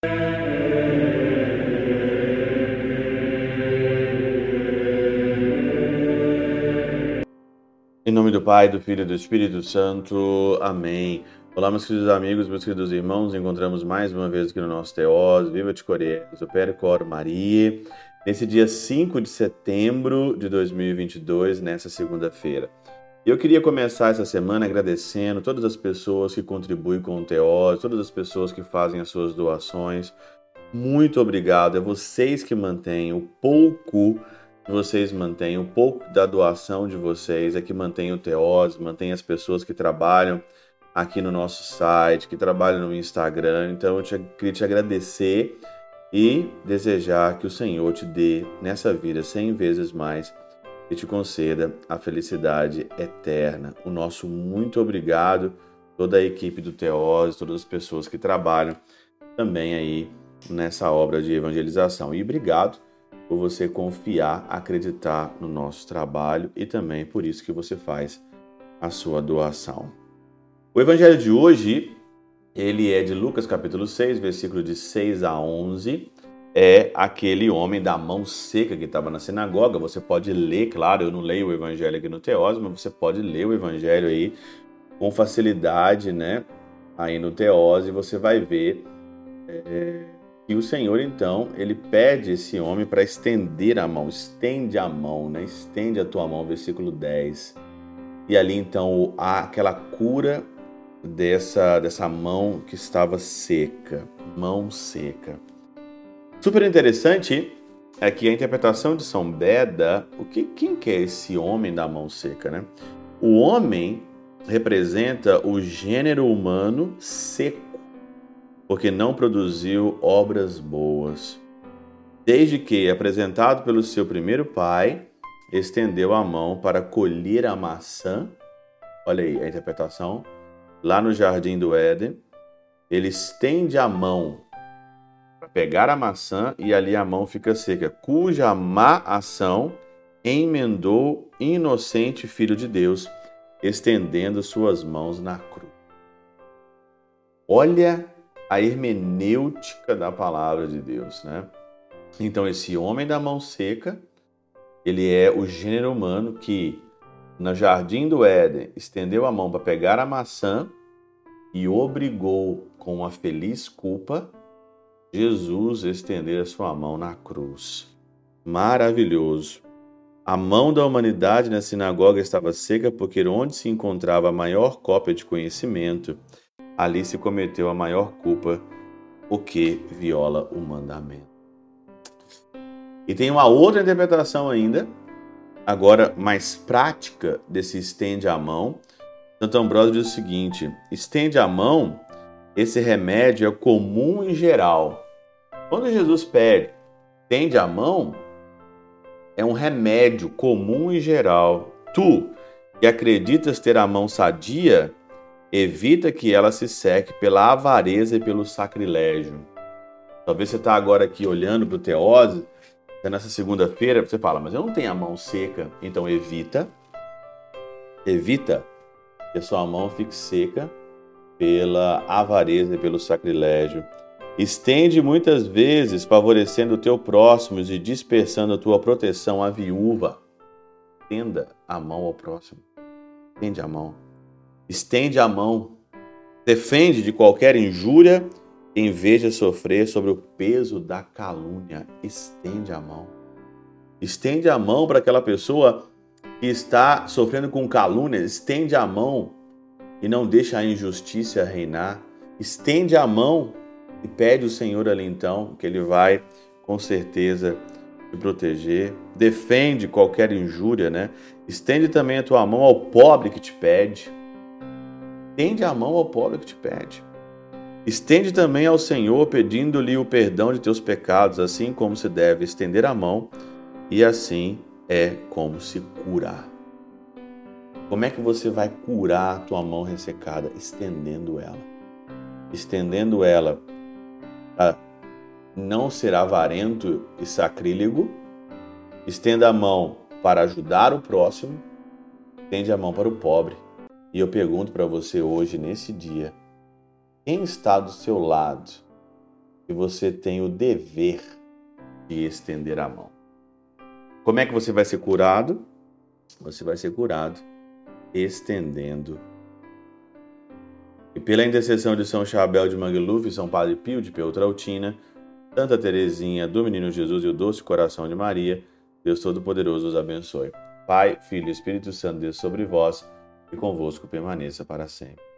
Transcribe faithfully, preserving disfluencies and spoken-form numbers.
Em nome do Pai, do Filho e do Espírito Santo. Amém. Olá, meus queridos amigos, meus queridos irmãos. Nos encontramos mais uma vez aqui no nosso Teós. Viva de Coriés, o Percor Maria. Nesse dia cinco de setembro de dois mil e vinte e dois, nessa segunda-feira. Eu queria começar essa semana agradecendo todas as pessoas que contribuem com o Teós, todas as pessoas que fazem as suas doações. Muito obrigado. É vocês que mantêm o pouco que vocês mantêm, um pouco da doação de vocês é que mantém o Teós, mantém as pessoas que trabalham aqui no nosso site, que trabalham no Instagram. Então eu te, queria te agradecer e desejar que o Senhor te dê nessa vida cem vezes mais e te conceda a felicidade eterna. O nosso muito obrigado, toda a equipe do Teós, todas as pessoas que trabalham também aí nessa obra de evangelização. E obrigado por você confiar, acreditar no nosso trabalho e também por isso que você faz a sua doação. O evangelho de hoje, ele é de Lucas capítulo seis, versículo de seis a onze, é aquele homem da mão seca que estava na sinagoga. Você pode ler, claro, eu não leio o evangelho aqui no Teós, mas você pode ler o evangelho aí com facilidade, né? Aí no Teós, e você vai ver é... E o Senhor, então, ele pede esse homem para estender a mão. Estende a mão, né? Estende a tua mão, versículo dez. E ali, então, há aquela cura dessa, dessa mão que estava seca. Mão seca. Super interessante é que a interpretação de São Beda, o que, quem que é esse homem da mão seca, né? O homem representa o gênero humano seco, porque não produziu obras boas, desde que, apresentado pelo seu primeiro pai, estendeu a mão para colher a maçã. Olha aí a interpretação. Lá no Jardim do Éden, ele estende a mão para pegar a maçã e ali a mão fica seca, cuja má ação emendou inocente Filho de Deus, estendendo suas mãos na cruz. Olha a hermenêutica da palavra de Deus, né? Então, esse homem da mão seca, ele é o gênero humano que, no Jardim do Éden, estendeu a mão para pegar a maçã e obrigou, com uma feliz culpa, Jesus a estender a sua mão na cruz. Maravilhoso. A mão da humanidade na sinagoga estava seca porque onde se encontrava a maior cópia de conhecimento, ali se cometeu a maior culpa, o que viola o mandamento. E tem uma outra interpretação ainda, agora mais prática, desse estende a mão. Santo Ambrósio diz o seguinte: estende a mão, esse remédio é comum em geral. Quando Jesus pede, estende a mão, é um remédio comum em geral. Tu, que acreditas ter a mão sadia, evita que ela se seque pela avareza e pelo sacrilégio. Talvez você está agora aqui olhando para o Teose, nessa segunda-feira, você fala, mas eu não tenho a mão seca. Então evita, evita que a sua mão fique seca pela avareza e pelo sacrilégio. Estende muitas vezes favorecendo o teu próximo e dispersando a tua proteção à viúva. Estenda a mão ao próximo. Estende a mão. Estende a mão, defende de qualquer injúria em vez de sofrer sobre o peso da calúnia. Estende a mão. Estende a mão para aquela pessoa que está sofrendo com calúnia. Estende a mão e não deixa a injustiça reinar. Estende a mão e pede ao Senhor ali então, que Ele vai com certeza te proteger. Defende qualquer injúria, né? Estende também a tua mão ao pobre que te pede. Estende a mão ao pobre que te pede. Estende também ao Senhor, pedindo-lhe o perdão de teus pecados, assim como se deve estender a mão, e assim é como se curar. Como é que você vai curar a tua mão ressecada? Estendendo ela. Estendendo ela a não ser avarento e sacrílego. Estenda a mão para ajudar o próximo. Estende a mão para o pobre. E eu pergunto para você hoje, nesse dia, quem está do seu lado e você tem o dever de estender a mão. Como é que você vai ser curado? Você vai ser curado estendendo. E pela intercessão de São Chabel de Mangluf, São Padre Pio de Peltrautina, Santa Teresinha do Menino Jesus e o Doce Coração de Maria, Deus Todo-Poderoso os abençoe. Pai, Filho e Espírito Santo, Deus sobre vós e convosco permaneça para sempre.